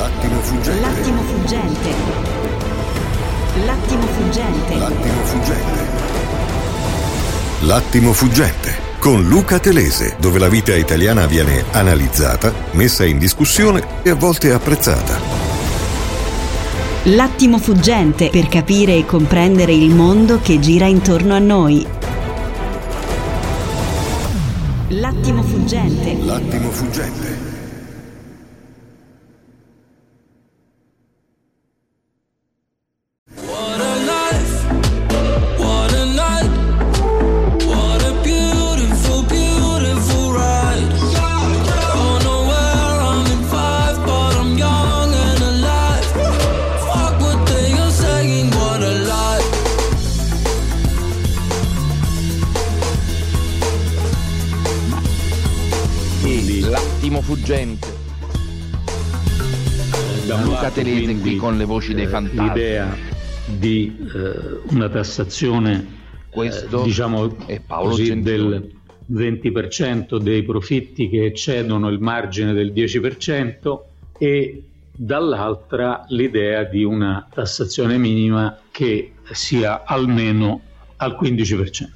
L'attimo fuggente. L'attimo fuggente. L'attimo fuggente. L'attimo fuggente. L'attimo fuggente con Luca Telese, dove la vita italiana viene analizzata, messa in discussione e a volte apprezzata. L'attimo fuggente per capire e comprendere il mondo che gira intorno a noi. L'attimo fuggente. L'attimo fuggente. L'attimo fuggente. Luca Telese qui con le voci dei fantasmi. L'idea di una tassazione diciamo è Paolo così, del 20% dei profitti che eccedono il margine del 10% e dall'altra l'idea di una tassazione minima che sia almeno al 15%.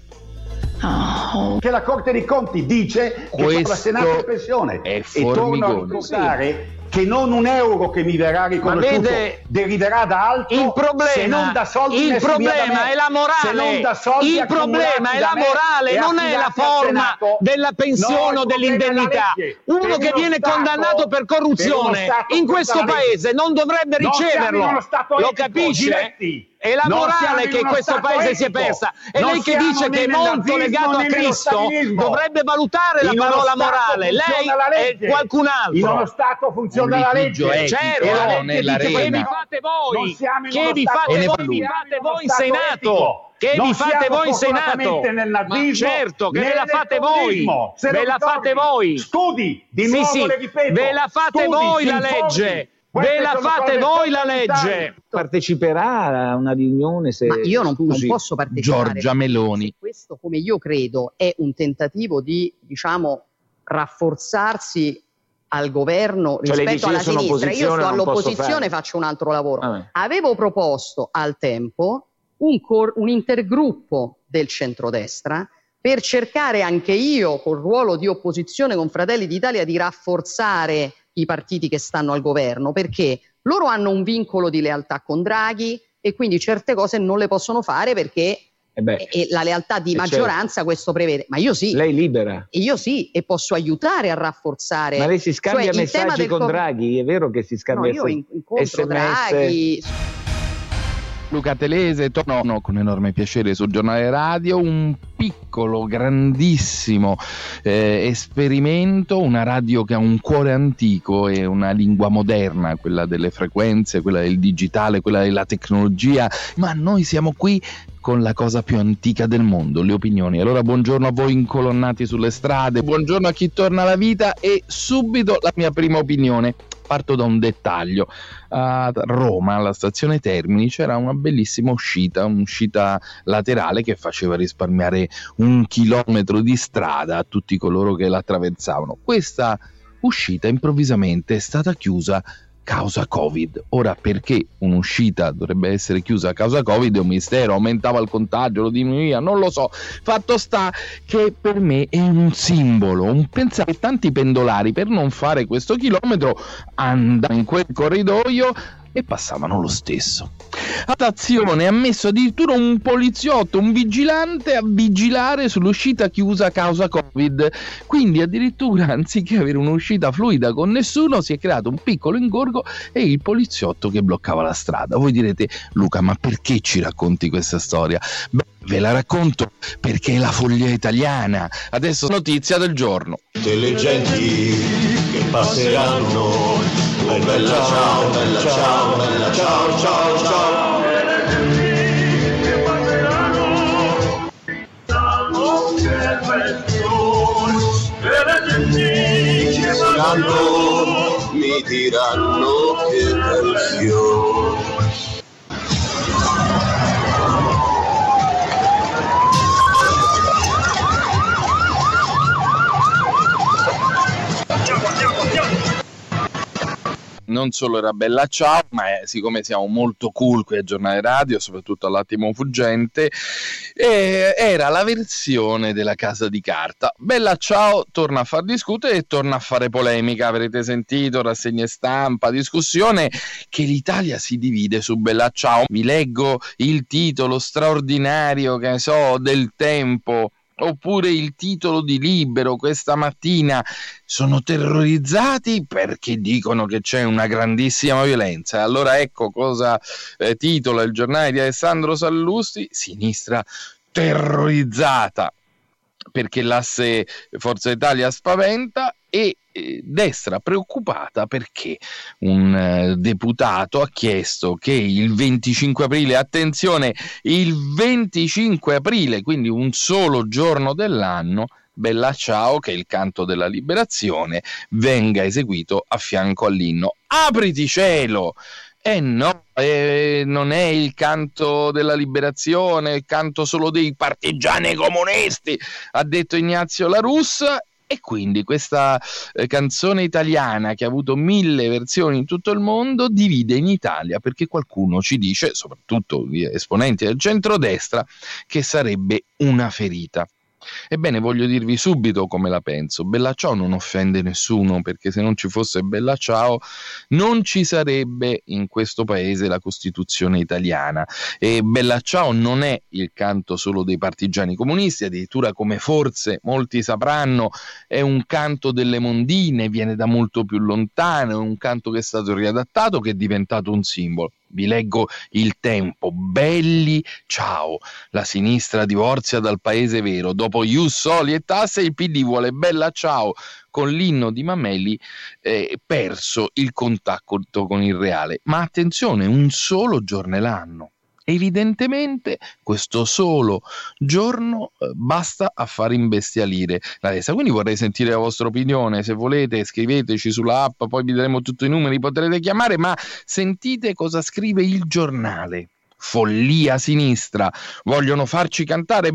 Che la Corte dei Conti dice che per la Senato e pensione è e torno a ricordare che non un euro che mi verrà riconosciuto deriverà da altro, il problema, se non da soldi il problema è la morale, il problema è la morale, non è la forma della pensione o dell'indennità. Uno che viene condannato per corruzione in questo paese non dovrebbe riceverlo, lo capisce? È la morale che in questo paese si è persa. E lei che dice che è molto legato a Cristo dovrebbe valutare la parola morale. Lei è qualcun altro. In uno Stato funziona la legge. Certo, che vi fate voi? Che vi fate voi in Senato? Che vi fate voi in Senato? Ma certo che ve la fate voi. Ve la fate voi. Studi, di nuovo le ripeto. Ve la fate voi la legge. Ve la fate voi la legge. Parteciperà a una riunione se... Ma io non posso partecipare. Giorgia Meloni. Questo, come io credo, è un tentativo di, diciamo, rafforzarsi al governo rispetto alla sinistra. Io sto all'opposizione, faccio un altro lavoro. Avevo proposto al tempo un intergruppo del centrodestra per cercare anche io, col ruolo di opposizione con Fratelli d'Italia, di rafforzare i partiti che stanno al governo, perché loro hanno un vincolo di lealtà con Draghi e quindi certe cose non le possono fare perché la lealtà di maggioranza questo prevede. Ma io sì. Lei libera. E io sì, e posso aiutare a rafforzare. Ma lei si scambia messaggi con Draghi? È vero che si scambia io incontro SMS? Draghi. Luca Telese, torno con enorme piacere sul giornale radio, un piccolo, grandissimo esperimento, una radio che ha un cuore antico e una lingua moderna, quella delle frequenze, quella del digitale, quella della tecnologia, ma noi siamo qui con la cosa più antica del mondo, le opinioni. Allora buongiorno a voi incolonnati sulle strade, buongiorno a chi torna alla vita e subito la mia prima opinione. Parto da un dettaglio. A Roma, alla stazione Termini, c'era una bellissima un'uscita laterale che faceva risparmiare 1 chilometro di strada a tutti coloro che la attraversavano. Questa uscita improvvisamente è stata chiusa causa Covid. Ora, perché un'uscita dovrebbe essere chiusa a causa Covid è un mistero, aumentava il contagio, lo diminuiva, non lo so. Fatto sta che per me è un simbolo, pensare che tanti pendolari per non fare questo chilometro andavano in quel corridoio e passavano lo stesso. Attenzione, ha messo addirittura un poliziotto, un vigilante a vigilare sull'uscita chiusa a causa Covid. Quindi addirittura, anziché avere un'uscita fluida con nessuno, si è creato un piccolo ingorgo e il poliziotto che bloccava la strada. Voi direte: Luca, ma perché ci racconti questa storia? Beh, ve la racconto perché è la follia italiana. Adesso notizia del giorno. Delle genti che passeranno, bella ciao, bella ciao, bella ciao, ciao, ciao. Mi diranno che tensione. non solo era Bella Ciao, ma siccome siamo molto cool qui a Giornale Radio, soprattutto all'attimo fuggente, era la versione della Casa di Carta. Bella Ciao torna a far discutere e torna a fare polemica, avrete sentito, rassegne stampa, discussione, che l'Italia si divide su Bella Ciao. Vi leggo il titolo straordinario, che ne so, del Tempo, oppure il titolo di Libero questa mattina: sono terrorizzati perché dicono che c'è una grandissima violenza. Allora ecco cosa titola il giornale di Alessandro Sallusti: sinistra terrorizzata perché l'asse Forza Italia spaventa, e destra preoccupata perché un deputato ha chiesto che il 25 aprile, attenzione, il 25 aprile, quindi un solo giorno dell'anno, Bella Ciao, che è il canto della liberazione, venga eseguito a fianco all'inno. Apriti cielo! No, non è il canto della liberazione, è il canto solo dei partigiani comunisti, ha detto Ignazio La Russa. E quindi questa canzone italiana, che ha avuto 1000 versioni in tutto il mondo, divide in Italia perché qualcuno ci dice, soprattutto gli esponenti del centrodestra, che sarebbe una ferita. Ebbene, voglio dirvi subito come la penso. Bella Ciao non offende nessuno, perché se non ci fosse Bella Ciao non ci sarebbe in questo paese la Costituzione italiana. E Bella Ciao non è il canto solo dei partigiani comunisti, addirittura, come forse molti sapranno, è un canto delle mondine, viene da molto più lontano, è un canto che è stato riadattato, che è diventato un simbolo. Vi leggo il Tempo: belli ciao, la sinistra divorzia dal paese vero, dopo ius soli e tasse il PD vuole Bella Ciao, con l'inno di Mameli perso il contatto con il reale. Ma attenzione, un solo giorno l'anno. Evidentemente questo solo giorno basta a far imbestialire la destra. Quindi vorrei sentire la vostra opinione. Se volete scriveteci sulla app, poi vi daremo tutti i numeri, potrete chiamare, ma sentite cosa scrive il Giornale: follia sinistra, vogliono farci cantare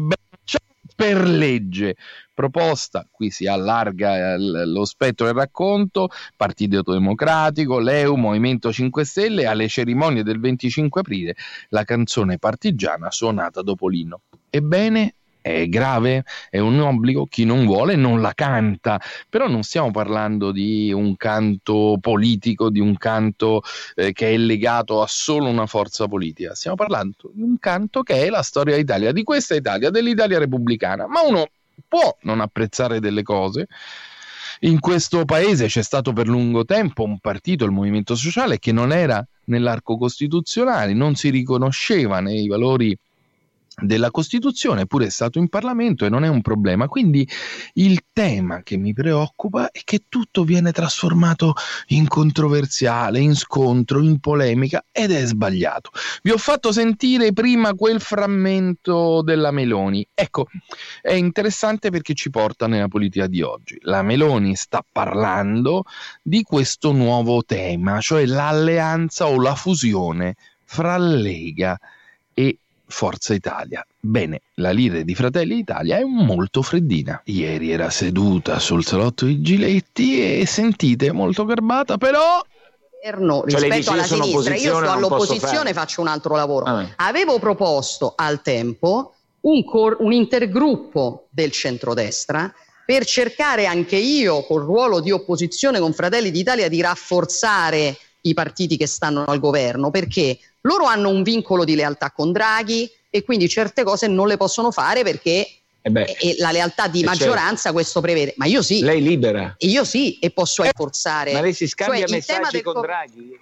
per legge. Proposta, qui si allarga lo spettro del racconto: Partito Democratico, Leu, Movimento 5 Stelle, alle cerimonie del 25 aprile la canzone partigiana suonata dopo l'inno. Ebbene, è grave, è un obbligo, chi non vuole non la canta. Però non stiamo parlando di un canto politico, di un canto che è legato a solo una forza politica, stiamo parlando di un canto che è la storia d'Italia, di questa Italia, dell'Italia repubblicana. Ma uno può non apprezzare delle cose. In questo paese c'è stato per lungo tempo un partito, il Movimento Sociale, che non era nell'arco costituzionale, non si riconosceva nei valori della Costituzione, eppure è stato in Parlamento e non è un problema. Quindi il tema che mi preoccupa è che tutto viene trasformato in controversiale, in scontro, in polemica, ed è sbagliato. Vi ho fatto sentire prima quel frammento della Meloni. Ecco, è interessante perché ci porta nella politica di oggi. La Meloni sta parlando di questo nuovo tema, cioè l'alleanza o la fusione fra Lega e Forza Italia. Bene, la leader di Fratelli d'Italia è molto freddina. Ieri era seduta sul salotto di Giletti e sentite, molto garbata, però rispetto alla sinistra. Io sto all'opposizione, faccio un altro lavoro. Avevo proposto al tempo un intergruppo del centrodestra per cercare anche io, col ruolo di opposizione con Fratelli d'Italia, di rafforzare i partiti che stanno al governo, perché loro hanno un vincolo di lealtà con Draghi e quindi certe cose non le possono fare perché la lealtà di maggioranza questo prevede. Ma io sì. Lei libera. E io sì, e posso forzare. Ma lei si scambia messaggi con Draghi?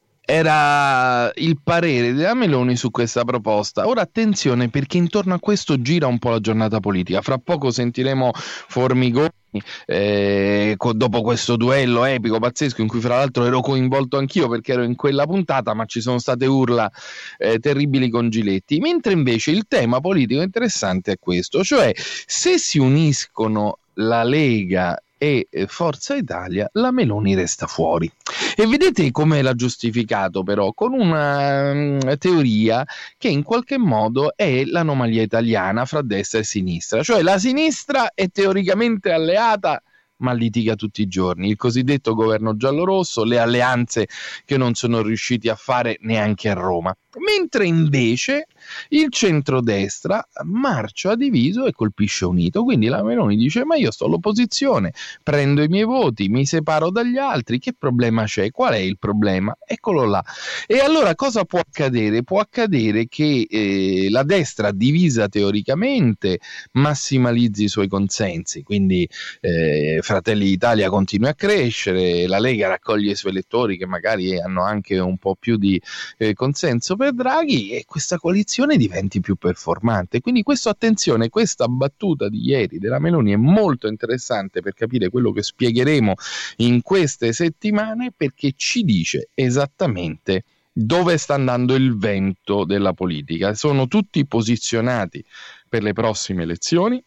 Era il parere della Meloni su questa proposta. Ora attenzione, perché intorno a questo gira un po' la giornata politica. Fra poco sentiremo Formigoni dopo questo duello epico, pazzesco, in cui fra l'altro ero coinvolto anch'io perché ero in quella puntata, ma ci sono state urla terribili con Giletti. Mentre invece il tema politico interessante è questo, cioè se si uniscono la Lega e Forza Italia, la Meloni resta fuori. E vedete come l'ha giustificato, però, con una teoria che in qualche modo è l'anomalia italiana fra destra e sinistra, cioè la sinistra è teoricamente alleata ma litiga tutti i giorni. Il cosiddetto governo giallorosso, le alleanze che non sono riusciti a fare neanche a Roma. Mentre invece il centrodestra marcia diviso e colpisce unito. Quindi la Meloni dice: ma io sto all'opposizione, prendo i miei voti, mi separo dagli altri, che problema c'è? Qual è il problema? Eccolo là. E allora cosa può accadere? Può accadere che la destra divisa teoricamente massimalizzi i suoi consensi, quindi Fratelli d'Italia continua a crescere, la Lega raccoglie i suoi elettori che magari hanno anche un po' più di consenso per Draghi, e questa coalizione diventi più performante. Quindi attenzione, questa battuta di ieri della Meloni è molto interessante per capire quello che spiegheremo in queste settimane, perché ci dice esattamente dove sta andando il vento della politica. Sono tutti posizionati per le prossime elezioni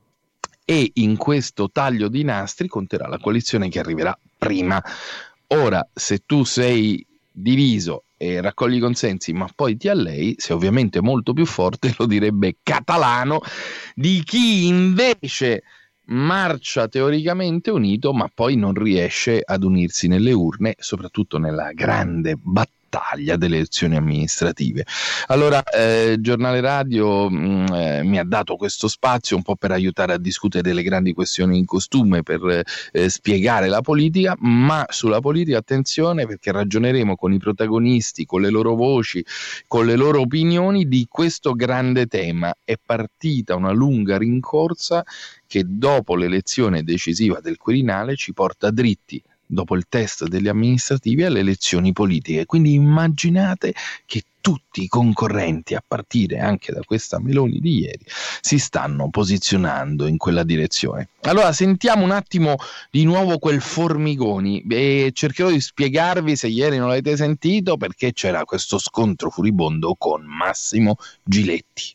e in questo taglio di nastri conterà la coalizione che arriverà prima. Ora, se tu sei diviso e raccogli consensi ma poi ti allei, sei ovviamente molto più forte, lo direbbe Catalano, di chi invece marcia teoricamente unito ma poi non riesce ad unirsi nelle urne, soprattutto nella grande battaglia delle elezioni amministrative. Allora, Giornale Radio mi ha dato questo spazio un po' per aiutare a discutere delle grandi questioni in costume, per spiegare la politica, ma sulla politica attenzione, perché ragioneremo con i protagonisti, con le loro voci, con le loro opinioni di questo grande tema. È partita una lunga rincorsa che dopo l'elezione decisiva del Quirinale ci porta dritti, dopo il test delle amministrative, alle elezioni politiche. Quindi immaginate che tutti i concorrenti, a partire anche da questa Meloni di ieri, si stanno posizionando in quella direzione. Allora sentiamo un attimo di nuovo quel Formigoni e cercherò di spiegarvi, se ieri non l'avete sentito, perché c'era questo scontro furibondo con Massimo Giletti.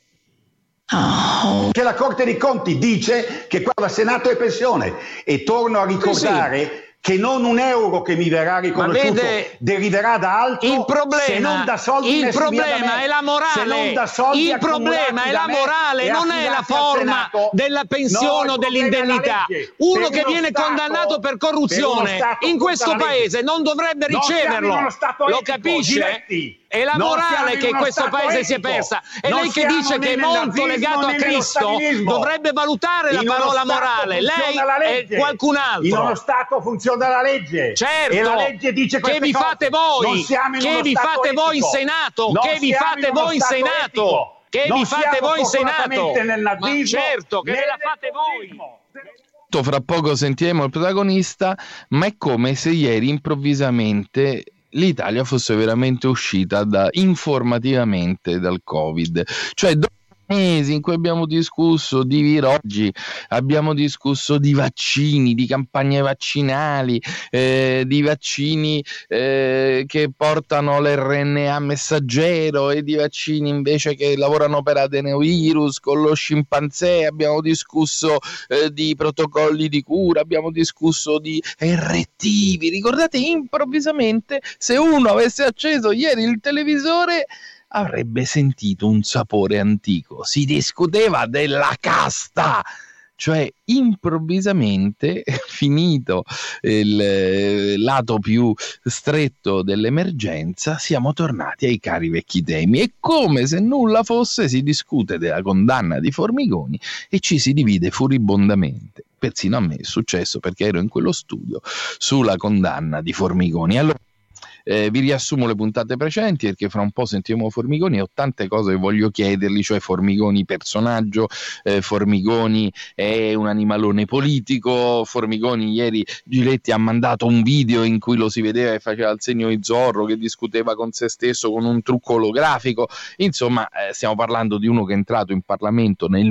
Che la Corte dei Conti dice che qua va Senato e pensione, e torno a ricordare che non un euro che mi verrà riconosciuto deriverà da altro, il problema, se non da soldi il problema è la morale, il problema è la morale, non è la forma della pensione o dell'indennità. Uno che viene condannato per corruzione in questo paese non dovrebbe riceverlo, lo capisce? È la morale che in questo paese si è persa. E lei che dice che è molto legato a Cristo dovrebbe valutare la parola morale. Lei è qualcun altro. In uno Stato funziona la legge. Certo. E la legge dice che vi fate voi, che vi fate voi in Senato, che vi fate voi in Senato, che vi fate voi in Senato. Ma certo che ve la fate voi. Fra poco sentiremo il protagonista, ma è come se ieri improvvisamente l'Italia fosse veramente uscita informativamente dal Covid. Cioè, dopo mesi in cui abbiamo discusso di virologi, abbiamo discusso di vaccini, di campagne vaccinali, di vaccini che portano l'RNA messaggero e di vaccini invece che lavorano per adenovirus con lo scimpanzé, abbiamo discusso di protocolli di cura, abbiamo discusso di RT. Vi ricordate? Improvvisamente, se uno avesse acceso ieri il televisore, avrebbe sentito un sapore antico. Si discuteva della casta, cioè improvvisamente, finito il lato più stretto dell'emergenza, siamo tornati ai cari vecchi temi, e come se nulla fosse si discute della condanna di Formigoni e ci si divide furibondamente. Persino a me è successo, perché ero in quello studio sulla condanna di Formigoni. Allora, vi riassumo le puntate precedenti, perché fra un po' sentiremo Formigoni e ho tante cose che voglio chiedergli, cioè Formigoni personaggio, Formigoni è un animalone politico, Formigoni ieri Giletti ha mandato un video in cui lo si vedeva che faceva il segno di Zorro, che discuteva con se stesso con un trucco olografico. Insomma, stiamo parlando di uno che è entrato in Parlamento nel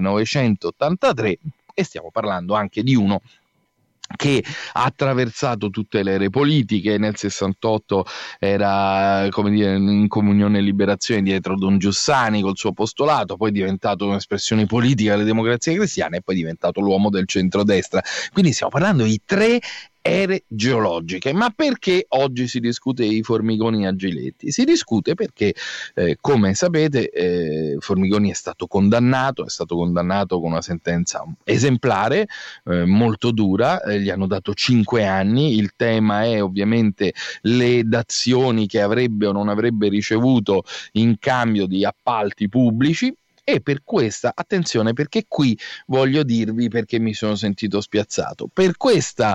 1983 e stiamo parlando anche di uno che ha attraversato tutte le ere politiche. Nel 68 era, come dire, in Comunione e Liberazione dietro Don Giussani col suo apostolato, poi è diventato un'espressione politica delle democrazie cristiane e poi è diventato l'uomo del centrodestra. Quindi stiamo parlando di tre ere geologiche. Ma perché oggi si discute di Formigoni a Giletti? Si discute perché, come sapete, Formigoni è stato condannato con una sentenza esemplare, molto dura, gli hanno dato 5 anni, il tema è ovviamente le dazioni che avrebbe o non avrebbe ricevuto in cambio di appalti pubblici. E per questa, attenzione, perché qui voglio dirvi perché mi sono sentito spiazzato, per questa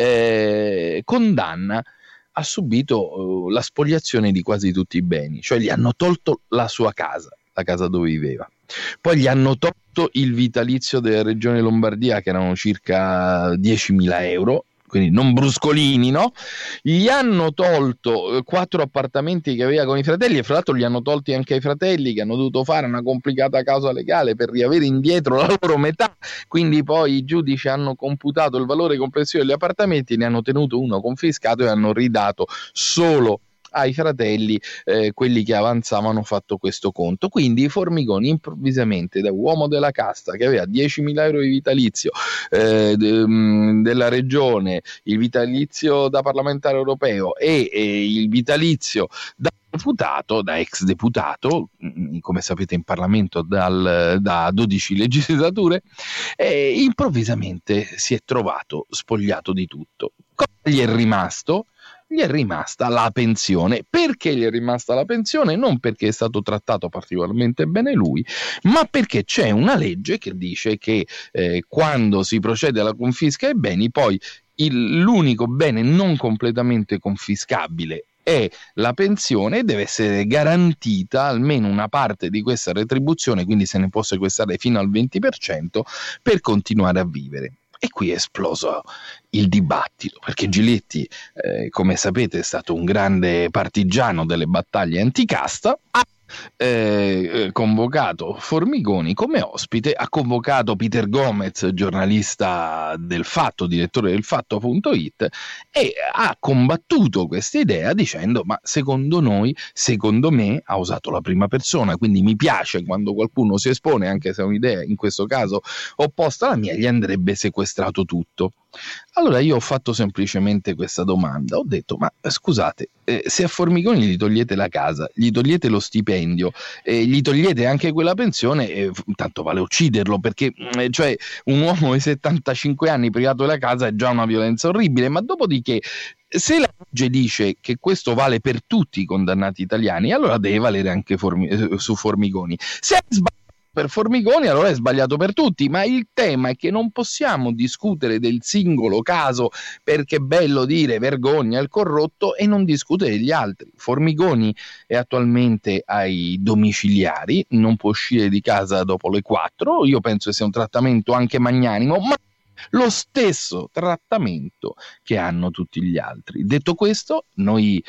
condanna ha subito la spoliazione di quasi tutti i beni, cioè gli hanno tolto la sua casa, la casa dove viveva, poi gli hanno tolto il vitalizio della regione Lombardia, che erano circa 10.000 euro, quindi non bruscolini, no? Gli hanno tolto 4 appartamenti che aveva con i fratelli, e fra l'altro gli hanno tolti anche ai fratelli, che hanno dovuto fare una complicata causa legale per riavere indietro la loro metà, quindi poi i giudici hanno computato il valore complessivo degli appartamenti, ne hanno tenuto uno confiscato e hanno ridato solo ai fratelli quelli che avanzavano fatto questo conto. Quindi Formigoni improvvisamente, da uomo della casta che aveva 10.000 euro di vitalizio della regione, il vitalizio da parlamentare europeo e il vitalizio da deputato, da ex deputato, come sapete in Parlamento da 12 legislature, improvvisamente si è trovato spogliato di tutto. Cosa gli è rimasto? Gli è rimasta la pensione. Perché gli è rimasta la pensione? Non perché è stato trattato particolarmente bene lui, ma perché c'è una legge che dice che quando si procede alla confisca dei beni, poi l'unico bene non completamente confiscabile è la pensione, e deve essere garantita almeno una parte di questa retribuzione, quindi se ne può sequestrare fino al 20% per continuare a vivere. E qui è esploso il dibattito, perché Giletti, come sapete, è stato un grande partigiano delle battaglie anticasta, ha convocato Formigoni come ospite, ha convocato Peter Gomez, giornalista del Fatto, direttore del Fatto.it, e ha combattuto questa idea dicendo: ma secondo me, ha usato la prima persona, quindi mi piace quando qualcuno si espone, anche se è un'idea in questo caso opposta alla mia, gli andrebbe sequestrato tutto. Allora io ho fatto semplicemente questa domanda, ho detto: ma scusate, se a Formigoni gli togliete la casa, gli togliete lo stipendio, gli togliete anche quella pensione, tanto vale ucciderlo, perché cioè un uomo di 75 anni privato della casa è già una violenza orribile. Ma dopodiché, se la legge dice che questo vale per tutti i condannati italiani, allora deve valere anche su Formigoni. Se è sbagliato per Formigoni, allora è sbagliato per tutti. Ma il tema è che non possiamo discutere del singolo caso, perché è bello dire vergogna il corrotto e non discutere degli altri. Formigoni è attualmente ai domiciliari, non può uscire di casa dopo le 4, io penso che sia un trattamento anche magnanimo, ma lo stesso trattamento che hanno tutti gli altri. Detto questo, noi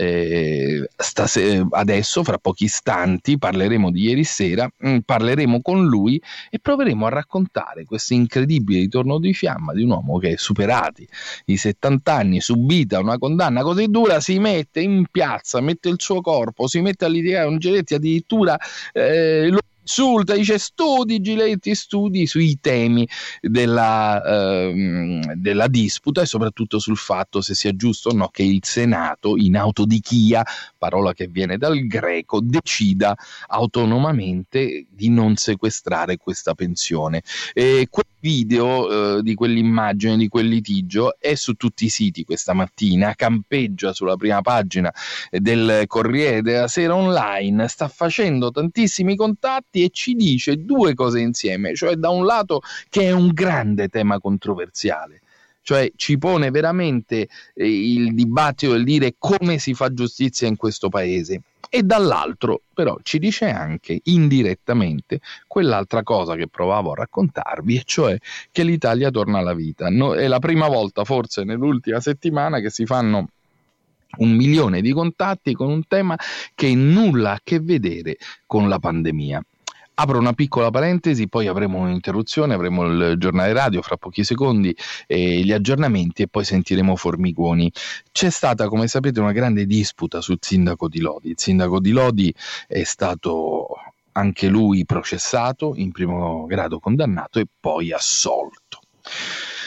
adesso, fra pochi istanti, parleremo di ieri sera, parleremo con lui e proveremo a raccontare questo incredibile ritorno di fiamma di un uomo che, superati i 70 anni, subita una condanna così dura, si mette in piazza, mette il suo corpo, si mette a litigare con Giletti, addirittura lo insulta, dice: studi Giletti, studi sui temi della disputa, e soprattutto sul fatto se sia giusto o no che il Senato, in autodichia, parola che viene dal greco, decida autonomamente di non sequestrare questa pensione. Quel video di quell'immagine, di quel litigio, è su tutti i siti questa mattina, campeggia sulla prima pagina del Corriere della Sera Online, sta facendo tantissimi contatti e ci dice 2 cose insieme, cioè da un lato che è un grande tema controversiale, cioè ci pone veramente il dibattito del dire come si fa giustizia in questo paese, e dall'altro però ci dice anche indirettamente quell'altra cosa che provavo a raccontarvi, e cioè che l'Italia torna alla vita. È la prima volta forse nell'ultima settimana che si fanno 1 milione di contatti con un tema che nulla ha a che vedere con la pandemia. Apro una piccola parentesi, poi avremo un'interruzione, avremo il giornale radio fra pochi secondi, gli aggiornamenti, e poi sentiremo Formigoni. C'è stata, come sapete, una grande disputa sul sindaco di Lodi. Il sindaco di Lodi è stato anche lui processato, in primo grado condannato e poi assolto.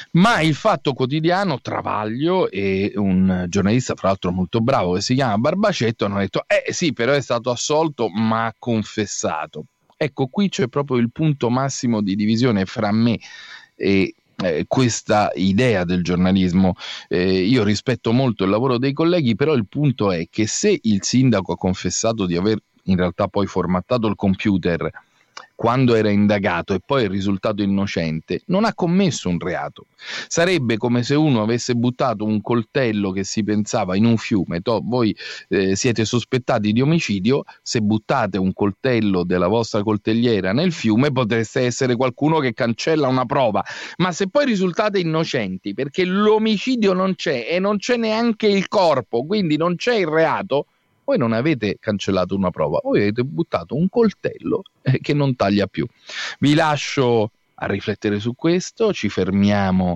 Ma il Fatto Quotidiano, Travaglio e un giornalista fra l'altro molto bravo che si chiama Barbacetto hanno detto sì, però è stato assolto ma ha confessato. Ecco, qui c'è proprio il punto massimo di divisione fra me e questa idea del giornalismo. Io rispetto molto il lavoro dei colleghi, però il punto è che se il sindaco ha confessato di aver in realtà poi formattato il computer quando era indagato e poi è risultato innocente, non ha commesso un reato. Sarebbe come se uno avesse buttato un coltello che si pensava in un fiume. Voi siete sospettati di omicidio, se buttate un coltello della vostra coltelliera nel fiume potreste essere qualcuno che cancella una prova, ma se poi risultate innocenti perché l'omicidio non c'è e non c'è neanche il corpo, quindi non c'è il reato, voi non avete cancellato una prova, voi avete buttato un coltello che non taglia più. Vi lascio a riflettere su questo, ci fermiamo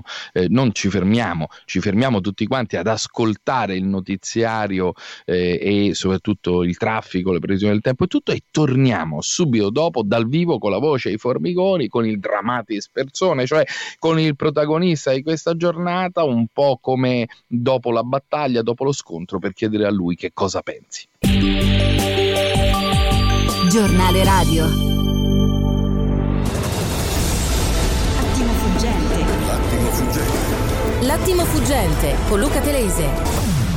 tutti quanti ad ascoltare il notiziario e soprattutto il traffico, le previsioni del tempo e tutto, e torniamo subito dopo dal vivo con la voce ai Formigoni, con il dramatis persone, cioè con il protagonista di questa giornata, un po' come dopo la battaglia, dopo lo scontro, per chiedere a lui che cosa pensi. Giornale radio. L'attimo fuggente con Luca Telese.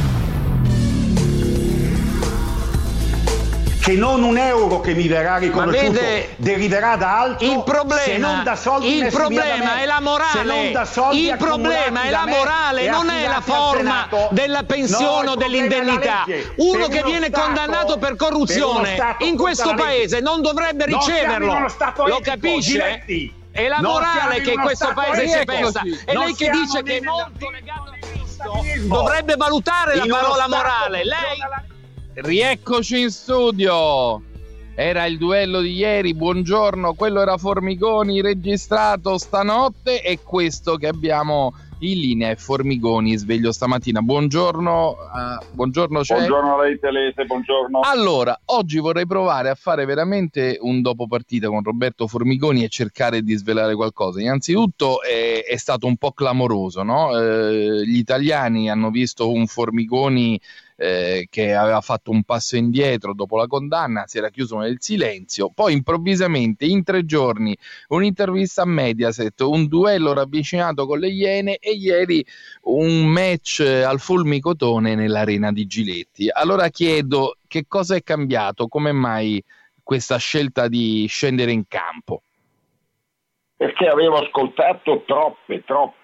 Che non un euro che mi verrà riconosciuto deriverà da altro, il problema, se non da soldi il problema è la morale, il problema è la morale, non è la forma della pensione o dell'indennità. Uno che viene condannato per corruzione in questo paese non dovrebbe riceverlo, lo capisce? È la morale che in questo paese si è persa. E lei che dice che è molto legato a Cristo dovrebbe valutare la parola morale. Lei... Rieccoci in studio. Era il duello di ieri, buongiorno, quello era Formigoni registrato stanotte e questo che abbiamo in linea è Formigoni sveglio stamattina. Buongiorno, buongiorno, c'è? Buongiorno a lei Telese, buongiorno. Allora, oggi vorrei provare a fare veramente un dopo partita con Roberto Formigoni e cercare di svelare qualcosa. Innanzitutto è stato un po' clamoroso, no? Gli italiani hanno visto un Formigoni che aveva fatto un passo indietro dopo la condanna, si era chiuso nel silenzio, poi improvvisamente in 3 giorni un'intervista a Mediaset, un duello ravvicinato con le Iene e ieri un match al fulmicotone nell'arena di Giletti. Allora chiedo, che cosa è cambiato? Come mai questa scelta di scendere in campo? Perché avevo ascoltato troppe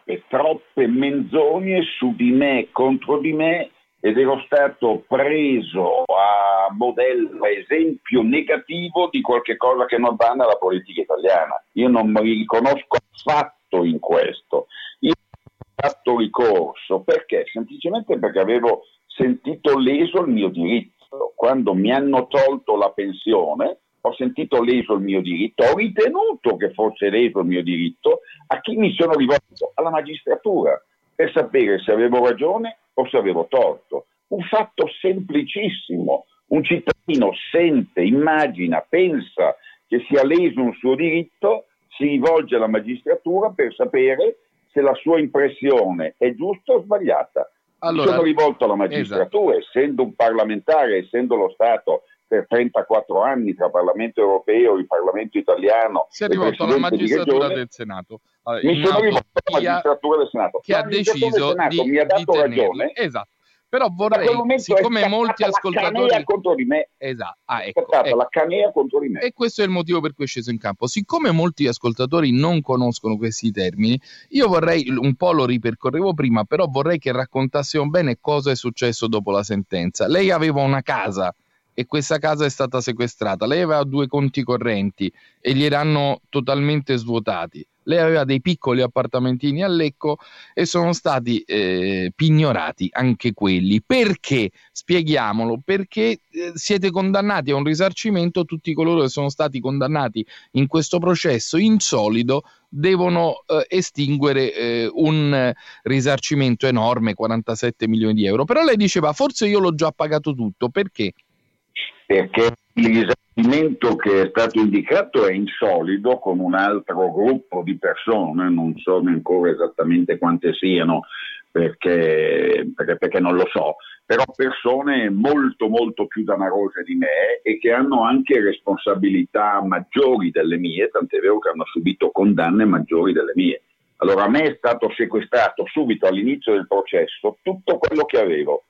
menzogne su di me, contro di me, ed ero stato preso a modello, a esempio negativo di qualche cosa che non va nella politica italiana. Io non mi riconosco affatto in questo. Io ho fatto ricorso perché? Semplicemente perché avevo sentito leso il mio diritto. Quando mi hanno tolto la pensione, ho sentito leso il mio diritto, ho ritenuto che fosse leso il mio diritto. A chi mi sono rivolto? Alla magistratura, per sapere se avevo ragione o se avevo torto. Un fatto semplicissimo. Un cittadino sente, immagina, pensa che sia leso un suo diritto, si rivolge alla magistratura per sapere se la sua impressione è giusta o sbagliata. Allora, mi sono rivolto alla magistratura, esatto. Essendo un parlamentare, essendo lo Stato per 34 anni tra Parlamento europeo e il Parlamento italiano. Si è rivolto alla magistratura del Senato. Mi sono rivolto alla magistratura del Senato. Che ha deciso mi ha dato ragione. Esatto. Però vorrei, siccome molti ascoltatori... La contro di me. Esatto. Ecco. La canea contro di me. E questo è il motivo per cui è sceso in campo. Siccome molti ascoltatori non conoscono questi termini, io vorrei, un po' lo ripercorrevo prima, però vorrei che raccontassimo bene cosa è successo dopo la sentenza. Lei aveva una casa e questa casa è stata sequestrata. Lei aveva 2 conti correnti e li erano totalmente svuotati. Lei aveva dei piccoli appartamentini a Lecco e sono stati pignorati anche quelli. Perché? Spieghiamolo. Perché siete condannati a un risarcimento, tutti coloro che sono stati condannati in questo processo insolito devono estinguere un risarcimento enorme, 47 milioni di euro. Però lei diceva, forse io l'ho già pagato tutto. Perché? perché il risarcimento che è stato indicato è insolido con un altro gruppo di persone, non so ancora esattamente quante siano perché non lo so, però persone molto molto più danarose di me e che hanno anche responsabilità maggiori delle mie, tant'è vero che hanno subito condanne maggiori delle mie. Allora a me è stato sequestrato subito all'inizio del processo tutto quello che avevo.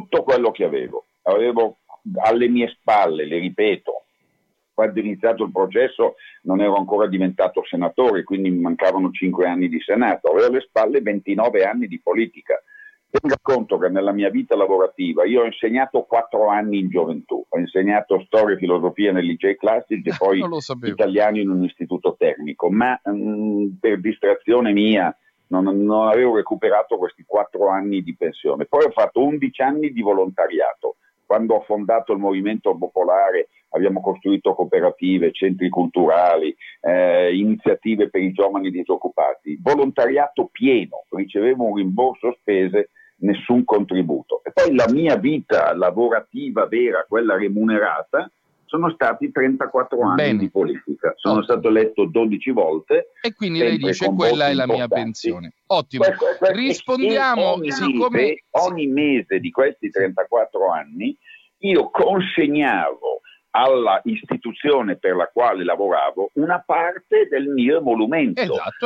Avevo alle mie spalle, le ripeto, quando è iniziato il processo non ero ancora diventato senatore, quindi mi mancavano 5 anni di Senato, avevo alle spalle 29 anni di politica. Tenga conto che nella mia vita lavorativa io ho insegnato 4 anni in gioventù, ho insegnato storia e filosofia nei licei classici e poi italiano in un istituto tecnico, ma per distrazione mia non avevo recuperato questi 4 anni di pensione. Poi ho fatto 11 anni di volontariato. Quando ho fondato il Movimento Popolare abbiamo costruito cooperative, centri culturali, iniziative per i giovani disoccupati. Volontariato pieno, ricevevo un rimborso spese, nessun contributo. E poi la mia vita lavorativa vera, quella remunerata, sono stati 34 anni di politica. Sono stato eletto 12 volte. E quindi lei dice quella è la mia pensione. Ottimo. Rispondiamo. Ogni mese di questi 34 anni io consegnavo alla istituzione per la quale lavoravo una parte del mio emolumento. Esatto,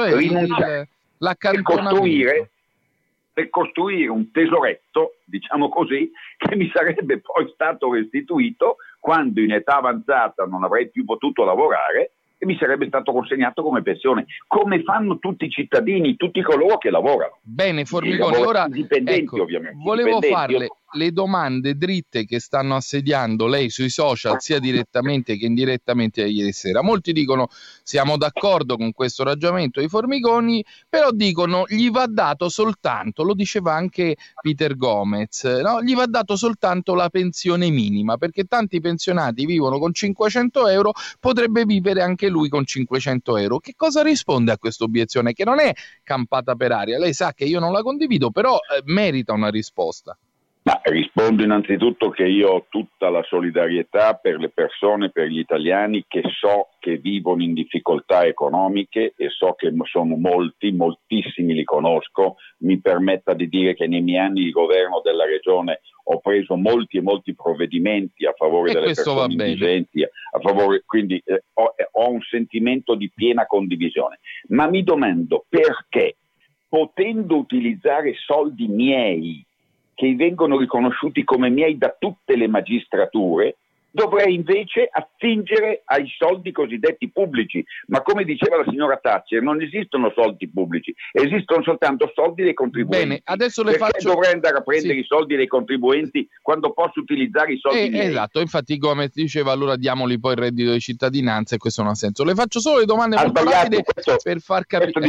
per costruire un tesoretto, diciamo così, che mi sarebbe poi stato restituito quando in età avanzata non avrei più potuto lavorare e mi sarebbe stato consegnato come pensione, come fanno tutti i cittadini, tutti coloro che lavorano. Bene, Formigoni, ora dipendenti, ovviamente. Volevo farle le domande dritte che stanno assediando lei sui social, sia direttamente che indirettamente ieri sera. Molti dicono siamo d'accordo con questo ragionamento di Formigoni, però dicono gli va dato soltanto, lo diceva anche Peter Gomez, no? Gli va dato soltanto la pensione minima, perché tanti pensionati vivono con 500 euro, potrebbe vivere anche lui con 500 euro. Che cosa risponde a questa obiezione, che non è campata per aria? Lei sa che io non la condivido, però merita una risposta. Ma rispondo innanzitutto che io ho tutta la solidarietà per le persone, per gli italiani che so che vivono in difficoltà economiche e so che sono moltissimi li conosco. Mi permetta di dire che nei miei anni di governo della regione ho preso molti provvedimenti a favore delle persone indigenti, quindi ho un sentimento di piena condivisione. Ma mi domando perché, potendo utilizzare soldi miei che vengono riconosciuti come miei da tutte le magistrature, dovrei invece attingere ai soldi cosiddetti pubblici. Ma come diceva la signora Thatcher, non esistono soldi pubblici, esistono soltanto soldi dei contribuenti. Bene, adesso Perché dovrei andare a prendere i soldi dei contribuenti quando posso utilizzare i soldi miei? Esatto, infatti Gomez diceva allora diamoli poi il reddito di cittadinanza e questo non ha senso. Le faccio solo le domande molto rapide per far capire.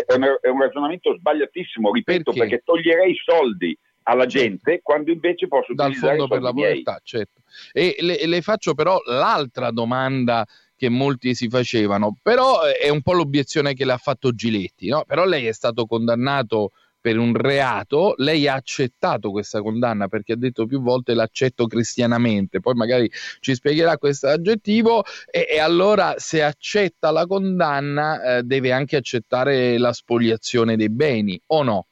È un ragionamento sbagliatissimo, ripeto, perché toglierei soldi alla gente quando invece posso utilizzare dal fondo per la povertà, certo. E le faccio però l'altra domanda che molti si facevano, però è un po' l'obiezione che le ha fatto Giletti, no? Però lei è stato condannato per un reato, lei ha accettato questa condanna perché ha detto più volte l'accetto cristianamente, poi magari ci spiegherà questo aggettivo e allora se accetta la condanna deve anche accettare la spoliazione dei beni o no?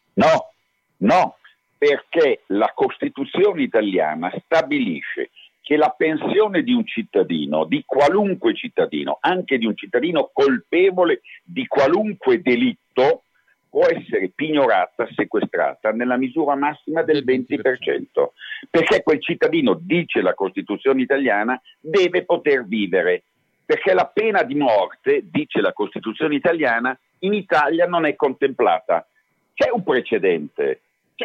No, perché la Costituzione italiana stabilisce che la pensione di un cittadino, di qualunque cittadino, anche di un cittadino colpevole di qualunque delitto, può essere pignorata, sequestrata nella misura massima del 20%, perché quel cittadino, dice la Costituzione italiana, deve poter vivere, perché la pena di morte, dice la Costituzione italiana, in Italia non è contemplata. C'è un precedente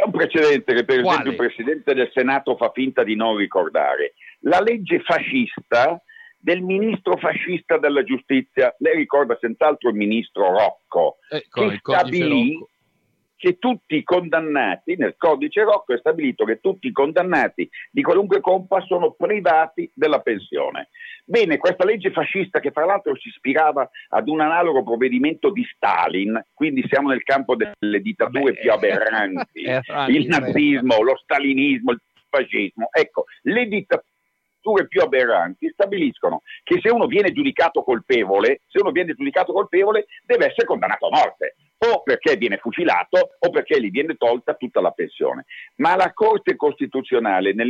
che per esempio il Presidente del Senato fa finta di non ricordare. La legge fascista del ministro fascista della giustizia, lei ricorda senz'altro il ministro Rocco, che stabilì che tutti i condannati, nel codice Rocco è stabilito che tutti i condannati di qualunque colpa sono privati della pensione. Bene, questa legge fascista, che fra l'altro si ispirava ad un analogo provvedimento di Stalin, quindi siamo nel campo delle dittature più aberranti, il nazismo, lo stalinismo, il fascismo. Ecco, le dittature strutture più aberranti stabiliscono che se uno viene giudicato colpevole, deve essere condannato a morte, o perché viene fucilato o perché gli viene tolta tutta la pensione. Ma la Corte Costituzionale nel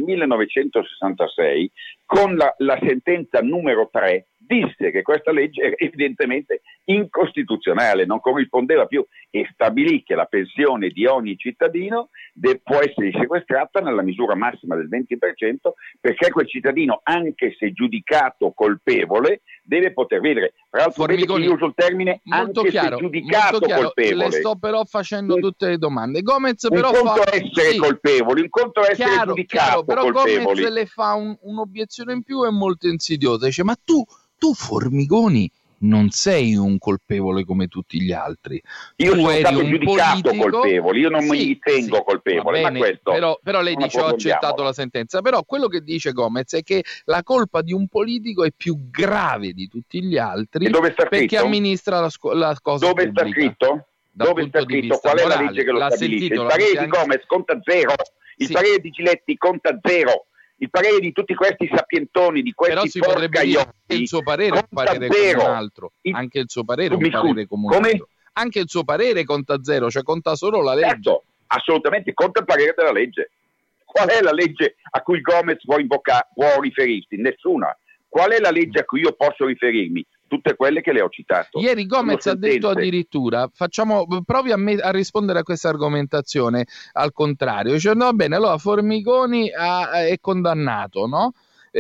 1966, con la sentenza numero 3, disse che questa legge era evidentemente incostituzionale, non corrispondeva più, e stabilì che la pensione di ogni cittadino può essere sequestrata nella misura massima del 20%, perché quel cittadino, anche se giudicato colpevole, deve poter vivere. Tra l'altro, io uso il termine anche se giudicato colpevole. Le sto però facendo tutte le domande. Gomez però un conto essere colpevoli, un conto essere giudicato però colpevoli. Gomez le fa un'obiezione in più e molto insidiosa. Dice: ma tu Formigoni non sei un colpevole come tutti gli altri. Io sono stato giudicato colpevole, io non mi ritengo colpevole, bene, ma questo però lei dice: ho accettato la sentenza. Però quello che dice Gomez è che la colpa di un politico è più grave di tutti gli altri perché amministra la cosa dove pubblica. Sta scritto? Dove sta scritto? Qual è la legge che lo stabilisce? Il parere di Gomez conta zero, il parere di Giletti conta zero. Il parere di tutti questi sapientoni, di questi però si potrebbe dire che il suo parere è un parere come un altro. Anche il suo parere è un parere come un altro. Anche il suo parere conta zero, cioè conta solo la legge. Certo, assolutamente, conta il parere della legge. Qual è la legge a cui Gomez può riferirsi? Nessuna. Qual è la legge a cui io posso riferirmi? Tutte quelle che le ho citato. Ieri Gomez ha detto addirittura, provi a rispondere a questa argomentazione al contrario, dice: no, va bene, allora Formigoni è condannato, no?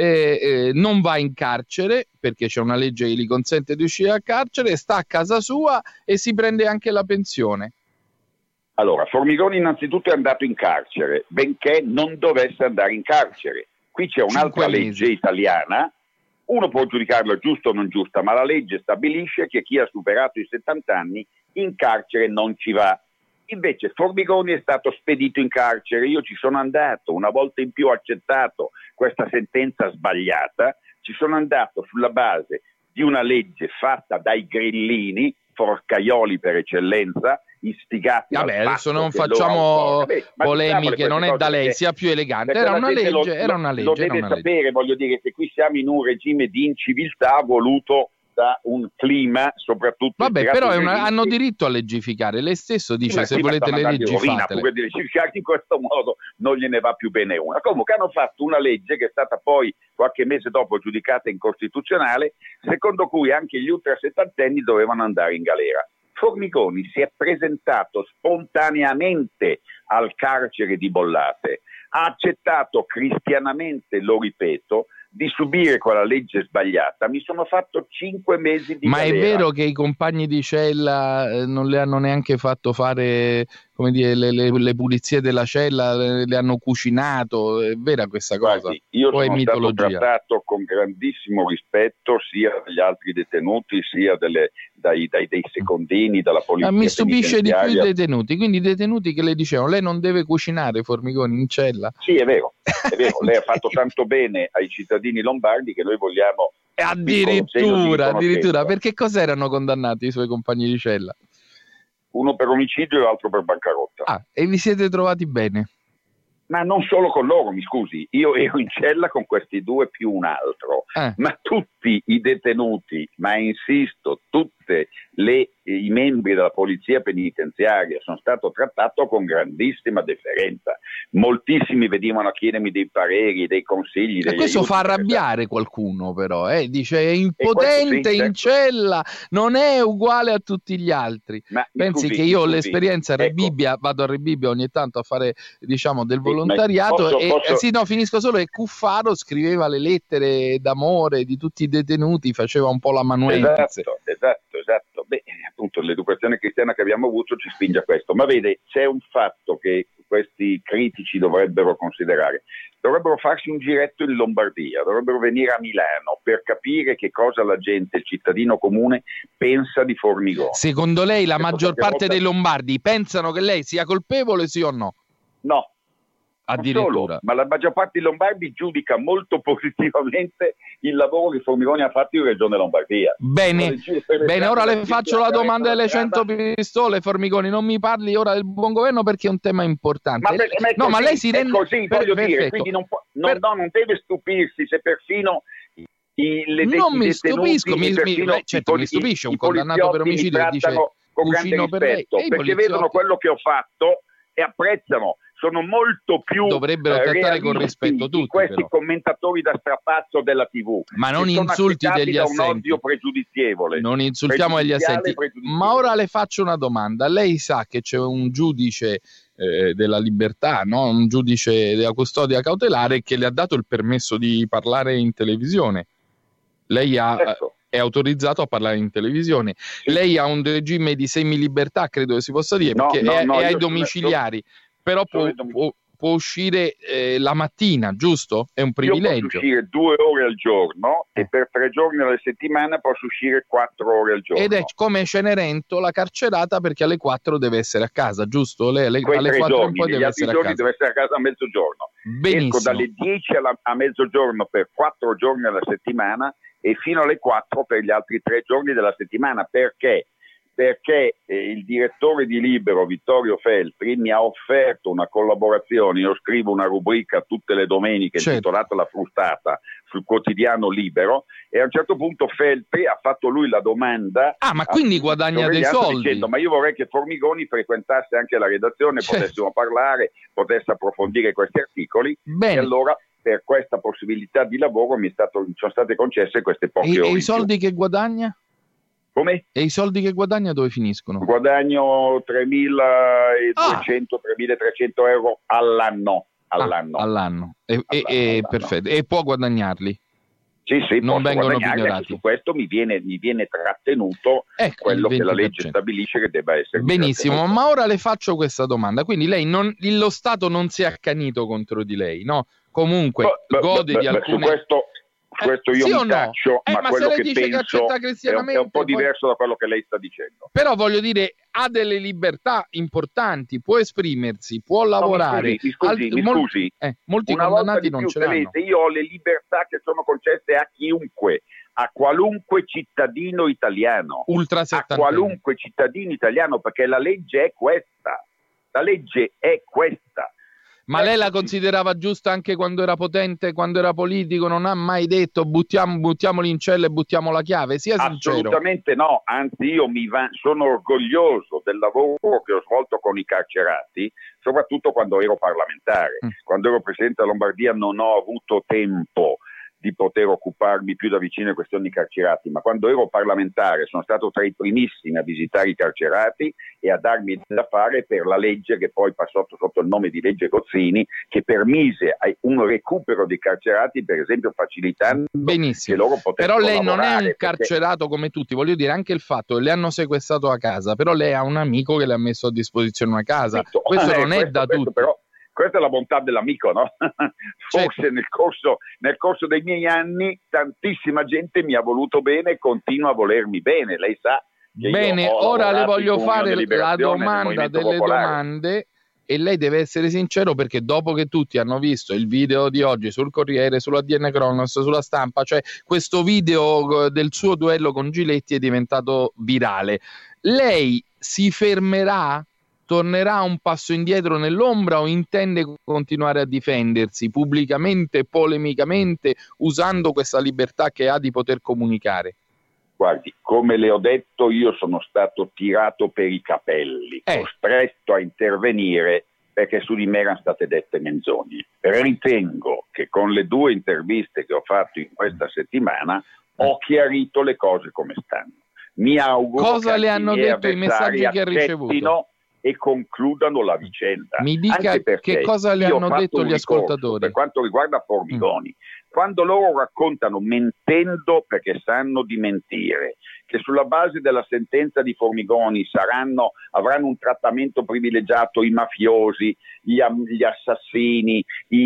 Non va in carcere perché c'è una legge che gli consente di uscire dal carcere, sta a casa sua e si prende anche la pensione. Allora, Formigoni innanzitutto è andato in carcere, benché non dovesse andare in carcere. Qui c'è un'altra legge italiana. Uno può giudicarla giusta o non giusta, ma la legge stabilisce che chi ha superato i 70 anni in carcere non ci va. Invece Formigoni è stato spedito in carcere, io ci sono andato, una volta in più ho accettato questa sentenza sbagliata, ci sono andato sulla base di una legge fatta dai grillini, forcaioli per eccellenza, istigati. Vabbè, adesso non facciamo polemiche, non è da lei, sia più elegante. Era una legge. Lo deve sapere, voglio dire che qui siamo in un regime di inciviltà voluto da un clima soprattutto. Vabbè, però hanno diritto a legificare. Lei stesso dice: se volete le leggi fatele. In questo modo non gliene va più bene una. Comunque hanno fatto una legge che è stata poi qualche mese dopo giudicata incostituzionale, secondo cui anche gli ultrasettantenni dovevano andare in galera. Formigoni si è presentato spontaneamente al carcere di Bollate, ha accettato cristianamente, lo ripeto, di subire quella legge sbagliata. Mi sono fatto 5 mesi di galera. Ma è vero che i compagni di cella non le hanno neanche fatto fare, come dire, le pulizie della cella, le hanno cucinato? È vera questa cosa? Guardi, io sono stato trattato con grandissimo rispetto sia dagli altri detenuti sia dai secondini, dalla polizia. Ma mi stupisce di più i detenuti, quindi i detenuti che le dicevano: lei non deve cucinare, Formigoni, in cella. Sì, è vero. Lei ha fatto tanto bene ai cittadini lombardi che noi vogliamo. Addirittura, perché cosa erano condannati i suoi compagni di cella? Uno per omicidio e l'altro per bancarotta. E vi siete trovati bene? Ma non solo con loro, mi scusi, io ero in cella con questi due più un altro, ma tutti i detenuti, ma insisto, tutti i membri della polizia penitenziaria sono stato trattato con grandissima deferenza. Moltissimi venivano a chiedermi dei pareri, dei consigli. E questo fa arrabbiare qualcuno, però, dice: è impotente in cella, non è uguale a tutti gli altri. Pensi che io ho l'esperienza a Rebibbia, vado a Rebibbia ogni tanto a fare, diciamo, del volontariato finisco solo, e Cuffaro scriveva le lettere d'amore di tutti i detenuti, faceva un po' l'amanuense. Esatto. Beh, appunto l'educazione cristiana che abbiamo avuto ci spinge a questo. Ma vede, c'è un fatto che questi critici dovrebbero considerare. Dovrebbero farsi un giretto in Lombardia, dovrebbero venire a Milano per capire che cosa la gente, il cittadino comune, pensa di Formigoni. Secondo lei la maggior parte dei lombardi pensano che lei sia colpevole, sì o no? No. Addirittura. Solo, ma la maggior parte dei lombardi giudica molto positivamente il lavoro che Formigoni ha fatto in Regione Lombardia. Bene, ora le faccio la domanda delle 100 pistole, Formigoni, non mi parli ora del buon governo perché è un tema importante. Ma lei si rende così, voglio dire, quindi non deve stupirsi se perfino non mi stupisco, mi stupisce un condannato per omicidio che dice con grande rispetto, perché vedono quello che ho fatto e apprezzano, sono molto più dovrebbero trattare con rispetto tutti questi però. Commentatori da strapazzo della TV, ma non insulti degli assenti, un odio pregiudizievole, non insultiamo gli assenti. Ma ora le faccio una domanda: lei sa che c'è un giudice della libertà, no? Un giudice della custodia cautelare che le ha dato il permesso di parlare in televisione? Lei è autorizzato a parlare in televisione. Lei ha un regime di semilibertà, credo che si possa dire, perché è ai domiciliari, però può uscire la mattina, giusto? È un privilegio. Io posso uscire 2 ore al giorno e per 3 giorni alla settimana posso uscire 4 ore al giorno. Ed è come Cenerentola, la carcerata, perché alle 4 deve essere a casa, giusto? Lei alle 4 giorni, poi deve essere a casa. Deve essere a casa a mezzogiorno. Benissimo. Esco dalle 10 a mezzogiorno per 4 giorni alla settimana e fino alle 4 per gli altri 3 giorni della settimana. Perché? Perché il direttore di Libero, Vittorio Feltri, mi ha offerto una collaborazione. Io scrivo una rubrica tutte le domeniche intitolata La Frustata sul quotidiano Libero, e a un certo punto Feltri ha fatto lui la domanda. Ma quindi guadagna dei soldi? Dicendo: ma io vorrei che Formigoni frequentasse anche la redazione, potessimo parlare, potesse approfondire questi articoli. Bene. E allora per questa possibilità di lavoro mi sono state concesse queste poche ore. E i soldi che guadagna? Come? E i soldi che guadagna dove finiscono? Guadagno 3.200, 3.300 euro all'anno. All'anno. Perfetto. E può guadagnarli? Sì, non vengono pignorati. Su questo mi viene trattenuto quello che la legge stabilisce che debba essere. Benissimo, ma ora le faccio questa domanda. Quindi lei lo Stato non si è accanito contro di lei, no? Comunque gode di alcune... Su questo io mi taccio, ma quello che penso è un po' diverso da quello che lei sta dicendo. Però voglio dire, ha delle libertà importanti, può esprimersi, può lavorare. Mi scusi. Molti condannati non ce l'hanno. Io ho le libertà che sono concesse a chiunque, a qualunque cittadino italiano, a qualunque cittadino italiano, perché la legge è questa. La legge è questa. Ma lei la considerava giusta anche quando era potente, quando era politico? Non ha mai detto buttiamoli in cella e buttiamo la chiave? Sia sincero. Assolutamente no, anzi io sono orgoglioso del lavoro che ho svolto con i carcerati, soprattutto quando ero parlamentare. Quando ero presidente della Lombardia non ho avuto tempo di poter occuparmi più da vicino alle questioni carcerati, ma quando ero parlamentare sono stato tra i primissimi a visitare i carcerati e a darmi da fare per la legge che poi passò sotto il nome di legge Gozzini, che permise un recupero dei carcerati, per esempio facilitando che loro potessero però lei non è un perché... carcerato come tutti, voglio dire, anche il fatto che le hanno sequestrato a casa, però lei ha un amico che le ha messo a disposizione una casa, questo non è da tutti. Però questa è la bontà dell'amico, no? Forse nel corso dei miei anni tantissima gente mi ha voluto bene e continua a volermi bene, lei sa. Bene, ora le voglio fare la domanda delle domande e lei deve essere sincero, perché dopo che tutti hanno visto il video di oggi sul Corriere, sull'ADN Kronos, sulla Stampa, cioè questo video del suo duello con Giletti è diventato virale, lei si fermerà? Tornerà un passo indietro nell'ombra o intende continuare a difendersi pubblicamente, polemicamente, usando questa libertà che ha di poter comunicare? Guardi, come le ho detto, io sono stato tirato per i capelli, costretto a intervenire perché su di me erano state dette menzogne. Ritengo che con le 2 interviste che ho fatto in questa settimana ho chiarito le cose come stanno. Mi auguro cosa le hanno detto i messaggi che ha ricevuto e concludano la vicenda. Mi dica che cosa le hanno detto gli ascoltatori. Per quanto riguarda Formigoni, quando loro raccontano mentendo perché sanno di mentire, che sulla base della sentenza di Formigoni avranno un trattamento privilegiato i mafiosi, gli assassini,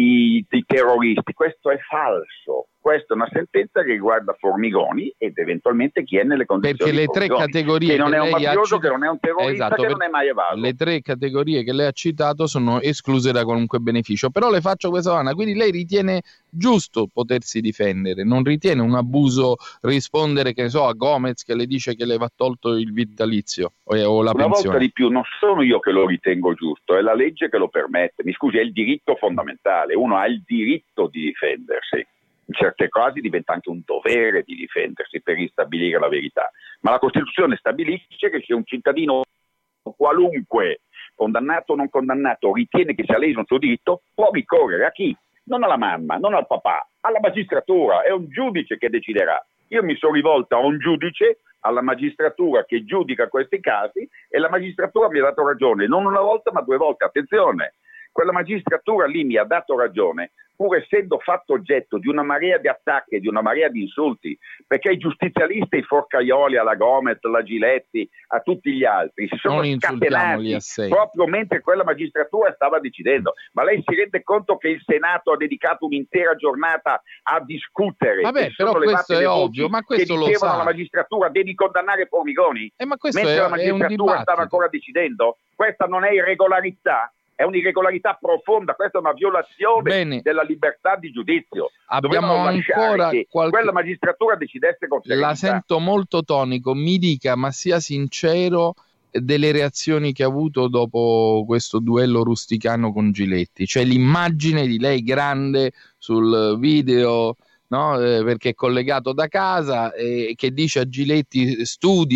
i terroristi, questo è falso. Questa è una sentenza che riguarda Formigoni ed eventualmente chi è nelle condizioni perché le 3 categorie che non è un mafioso, che non è un terrorista, che non è mai evaso. Le 3 categorie che lei ha citato sono escluse da qualunque beneficio. Però le faccio questa domanda, quindi lei ritiene giusto potersi difendere. Non ritiene un abuso rispondere, che ne so, a Gomez che le dice che le va tolto il vitalizio o la pensione? Una volta di più, non sono io che lo ritengo giusto, è la legge che lo permette. Mi scusi, è il diritto fondamentale, uno ha il diritto di difendersi. In certe casi diventa anche un dovere di difendersi per ristabilire la verità, ma la Costituzione stabilisce che se un cittadino qualunque, condannato o non condannato, ritiene che sia leso un suo diritto, può ricorrere a chi? Non alla mamma, non al papà, alla magistratura, è un giudice che deciderà. Io mi sono rivolta a un giudice, alla magistratura che giudica questi casi, e la magistratura mi ha dato ragione, non una volta ma 2 volte, attenzione. Quella magistratura lì mi ha dato ragione, pur essendo fatto oggetto di una marea di attacchi, di una marea di insulti, perché i giustizialisti, i forcaioli, alla Gomez, alla Giletti, a tutti gli altri, si sono scatenati proprio mentre quella magistratura stava decidendo. Ma lei si rende conto che il Senato ha dedicato un'intera giornata a discutere? Vabbè, però questo è ovvio, ma questo lo sa. Alla magistratura devi condannare Formigoni? Ma questo mentre la magistratura stava ancora decidendo? Questa non è irregolarità? È un'irregolarità profonda, questa è una violazione della libertà di giudizio. Abbiamo ancora quella magistratura decidesse con serenità. La sento molto tonico, mi dica, ma sia sincero, delle reazioni che ha avuto dopo questo duello rusticano con Giletti, cioè l'immagine di lei grande sul video, no? Perché è collegato da casa, che dice a Giletti studi,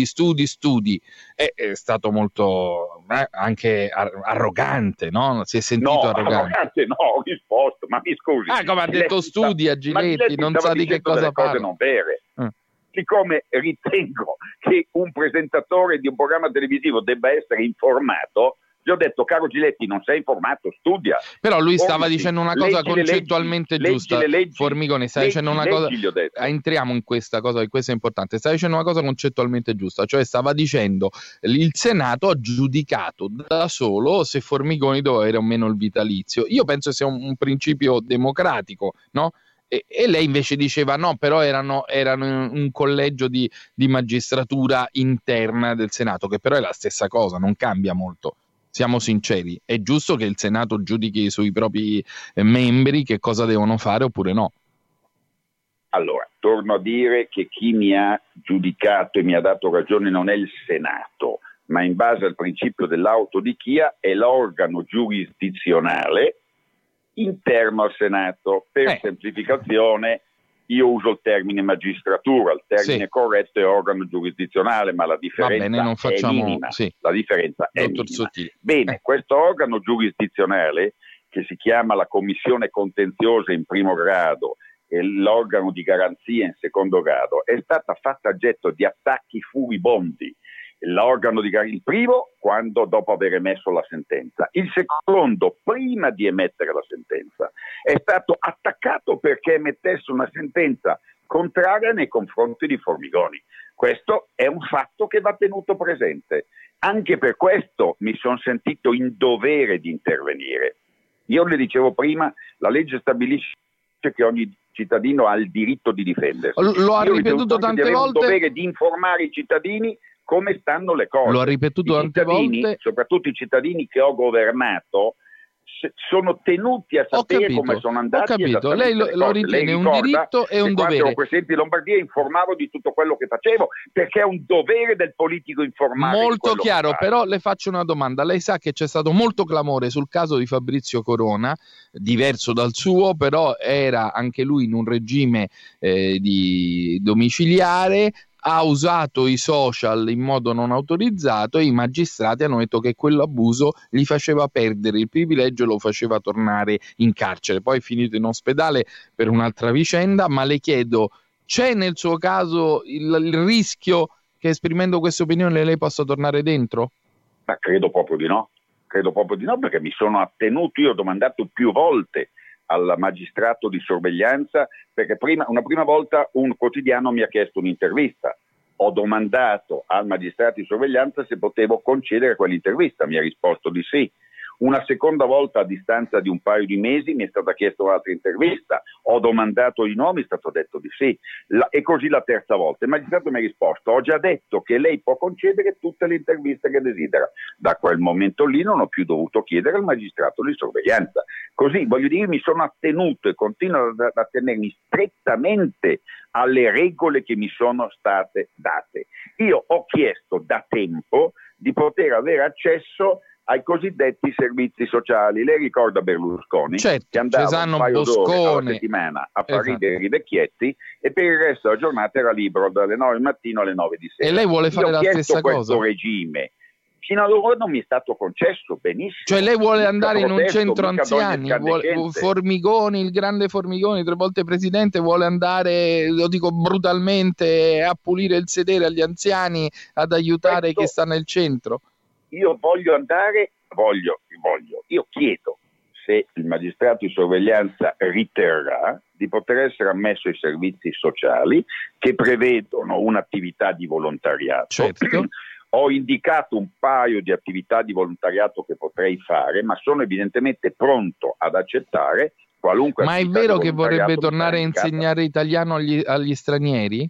è stato molto anche arrogante, no? Si è sentito arrogante. No, ho risposto, ma mi scusi. Come ha detto studi a Giletti, non sa di che cosa parla. Non vere. Siccome ritengo che un presentatore di un programma televisivo debba essere informato, gli ho detto, caro Giletti, non sei informato, studia. Però lui stava dicendo una cosa concettualmente giusta. Formigoni, stai dicendo una cosa. Entriamo in questa cosa, che questo è importante. Stai dicendo una cosa concettualmente giusta, cioè stava dicendo il Senato ha giudicato da solo se Formigoni doveva avere o meno il vitalizio. Io penso sia un principio democratico, no? E lei invece diceva no, però erano un collegio di magistratura interna del Senato, che però è la stessa cosa, non cambia molto. Siamo sinceri, è giusto che il Senato giudichi sui propri membri che cosa devono fare oppure no? Allora, torno a dire che chi mi ha giudicato e mi ha dato ragione non è il Senato, ma in base al principio dell'autodichia è l'organo giurisdizionale interno al Senato. Per semplificazione io uso il termine magistratura, il termine corretto è organo giurisdizionale, ma la differenza è minima. La differenza è minima. Bene, questo organo giurisdizionale, che si chiama la Commissione Contenziosa in primo grado e l'organo di garanzia in secondo grado, è stata fatta oggetto di attacchi furibondi. Il primo quando dopo aver emesso la sentenza, il secondo prima di emettere la sentenza. È stato attaccato perché emettesse una sentenza contraria nei confronti di Formigoni. Questo è un fatto che va tenuto presente. Anche per questo mi sono sentito in dovere di intervenire. Io le dicevo prima, la legge stabilisce che ogni cittadino ha il diritto di difendersi. Lo ha ripetuto tante volte. Il dovere di informare i cittadini come stanno le cose. Lo ha ripetuto tante volte. Soprattutto i cittadini che ho governato sono tenuti a sapere come sono andati. Ho capito, lei lo ritiene un diritto e un dovere. Quando ero presidente di Lombardia informavo di tutto quello che facevo, perché è un dovere del politico informare. Molto chiaro, però le faccio una domanda. Lei sa che c'è stato molto clamore sul caso di Fabrizio Corona, diverso dal suo, però era anche lui in un regime di domiciliare, ha usato i social in modo non autorizzato e i magistrati hanno detto che quell'abuso gli faceva perdere il privilegio e lo faceva tornare in carcere. Poi è finito in ospedale per un'altra vicenda, ma le chiedo, c'è nel suo caso il rischio che esprimendo queste opinioni lei possa tornare dentro? Ma credo proprio di no, perché mi sono attenuto, io ho domandato più volte al magistrato di sorveglianza, perché una prima volta un quotidiano mi ha chiesto un'intervista, ho domandato al magistrato di sorveglianza se potevo concedere quell'intervista, mi ha risposto di sì. Una seconda volta, a distanza di un paio di mesi, mi è stata chiesta un'altra intervista, ho domandato di no, mi è stato detto di sì, e così la terza volta. Il magistrato mi ha risposto: ho già detto che lei può concedere tutte le interviste che desidera. Da quel momento lì non ho più dovuto chiedere al magistrato di sorveglianza. Così, voglio dire, mi sono attenuto e continuo ad attenermi strettamente alle regole che mi sono state date. Io ho chiesto da tempo di poter avere accesso ai cosiddetti servizi sociali. Lei ricorda Berlusconi? Certo, che andava un paio d'ore alla settimana a far ridere i vecchietti e per il resto della giornata era libero dalle 9 del mattino alle 9 di sera. E lei vuole fare la stessa cosa? Questo regime fino ad ora non mi è stato concesso, benissimo. Cioè lei vuole andare in un centro anziani, Formigoni, il grande Formigoni, 3 volte presidente, vuole andare, lo dico brutalmente, a pulire il sedere agli anziani, ad aiutare chi sta nel centro? Io voglio andare, io chiedo se il magistrato di sorveglianza riterrà di poter essere ammesso ai servizi sociali che prevedono un'attività di volontariato. Certo. Ho indicato un paio di attività di volontariato che potrei fare, ma sono evidentemente pronto ad accettare qualunque attività. Ma è vero che vorrebbe tornare a insegnare italiano agli stranieri?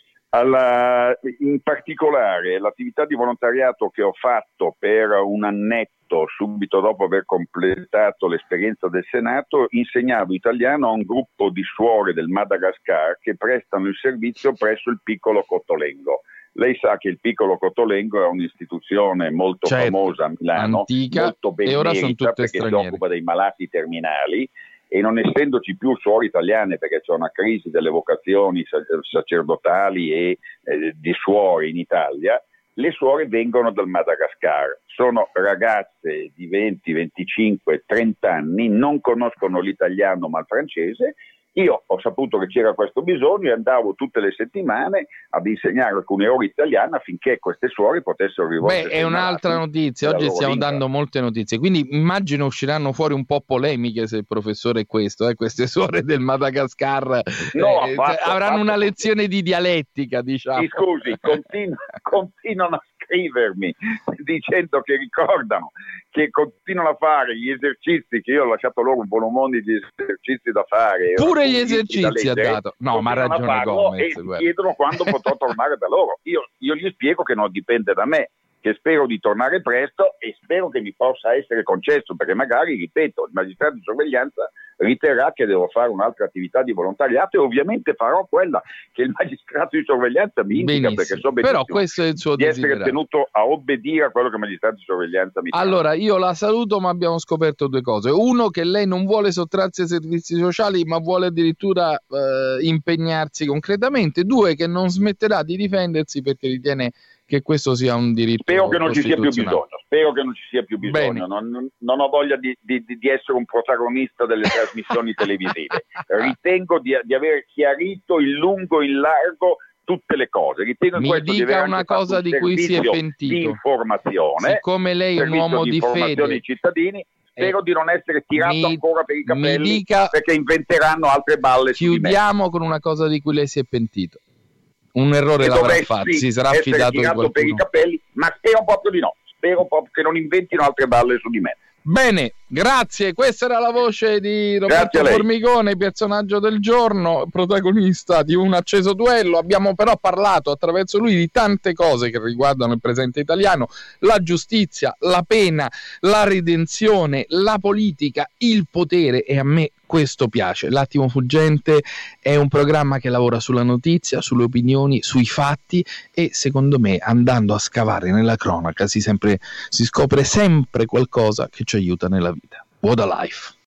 In particolare l'attività di volontariato che ho fatto per un annetto subito dopo aver completato l'esperienza del Senato, insegnavo italiano a un gruppo di suore del Madagascar che prestano il servizio presso il Piccolo Cottolengo. Lei sa che il Piccolo Cottolengo è un'istituzione molto famosa a Milano, antica, molto ben e ora sono merita tutte perché straniere. si occupa dei malati terminali, e non essendoci più suore italiane perché c'è una crisi delle vocazioni sacerdotali e di suore in Italia, le suore vengono dal Madagascar. Sono ragazze di 20, 25, 30 anni, non conoscono l'italiano ma il francese. Io ho saputo che c'era questo bisogno e andavo tutte le settimane ad insegnare alcune ore italiane affinché queste suore potessero rivolgersi. Beh, è un'altra notizia, oggi stiamo dando molte notizie, quindi immagino usciranno fuori un po' polemiche se il professore è questo, queste suore del Madagascar avranno una lezione di dialettica, diciamo. Scusi, continuano a scrivermi dicendo che ricordano che continuano a fare gli esercizi, che io ho lasciato loro un volumone di esercizi da fare. Pure gli esercizi ha dato. No, ma ha ragione Gomez. E chiedono quando potrò tornare da loro. Io gli spiego che non dipende da me, che spero di tornare presto e spero che mi possa essere concesso, perché magari, ripeto, il magistrato di sorveglianza riterrà che devo fare un'altra attività di volontariato e ovviamente farò quella che il magistrato di sorveglianza mi indica. Benissimo. Perché so però questo è il suo di desiderato. essere tenuto a obbedire a quello che il magistrato di sorveglianza mi dice. Allora, io la saluto, ma abbiamo scoperto 2 cose. Uno, che lei non vuole sottrarsi ai servizi sociali, ma vuole addirittura impegnarsi concretamente. 2, che non smetterà di difendersi perché ritiene che questo sia un diritto. Spero che non ci sia più bisogno. Non ho voglia di essere un protagonista delle trasmissioni televisive. Ritengo di aver chiarito in lungo e in largo tutte le cose. Ritengo mi dica una cosa di cui si è pentito. Di informazione. Siccome lei è un uomo di fede ai cittadini, spero di non essere tirato ancora per i capelli perché inventeranno altre balle su di me. Chiudiamo con una cosa di cui lei si è pentito. Un errore l'avrà fatto, si sarà affidato in qualcuno per i capelli, ma spero proprio di no. Spero proprio che non inventino altre balle su di me. Bene, grazie. Questa era la voce di Roberto Formigoni, personaggio del giorno, protagonista di un acceso duello. Abbiamo però parlato attraverso lui di tante cose che riguardano il presente italiano: la giustizia, la pena, la redenzione, la politica, il potere, e a me questo piace. L'attimo fuggente è un programma che lavora sulla notizia, sulle opinioni, sui fatti, e secondo me, andando a scavare nella cronaca, si scopre sempre qualcosa che ci aiuta nella vita. What a life!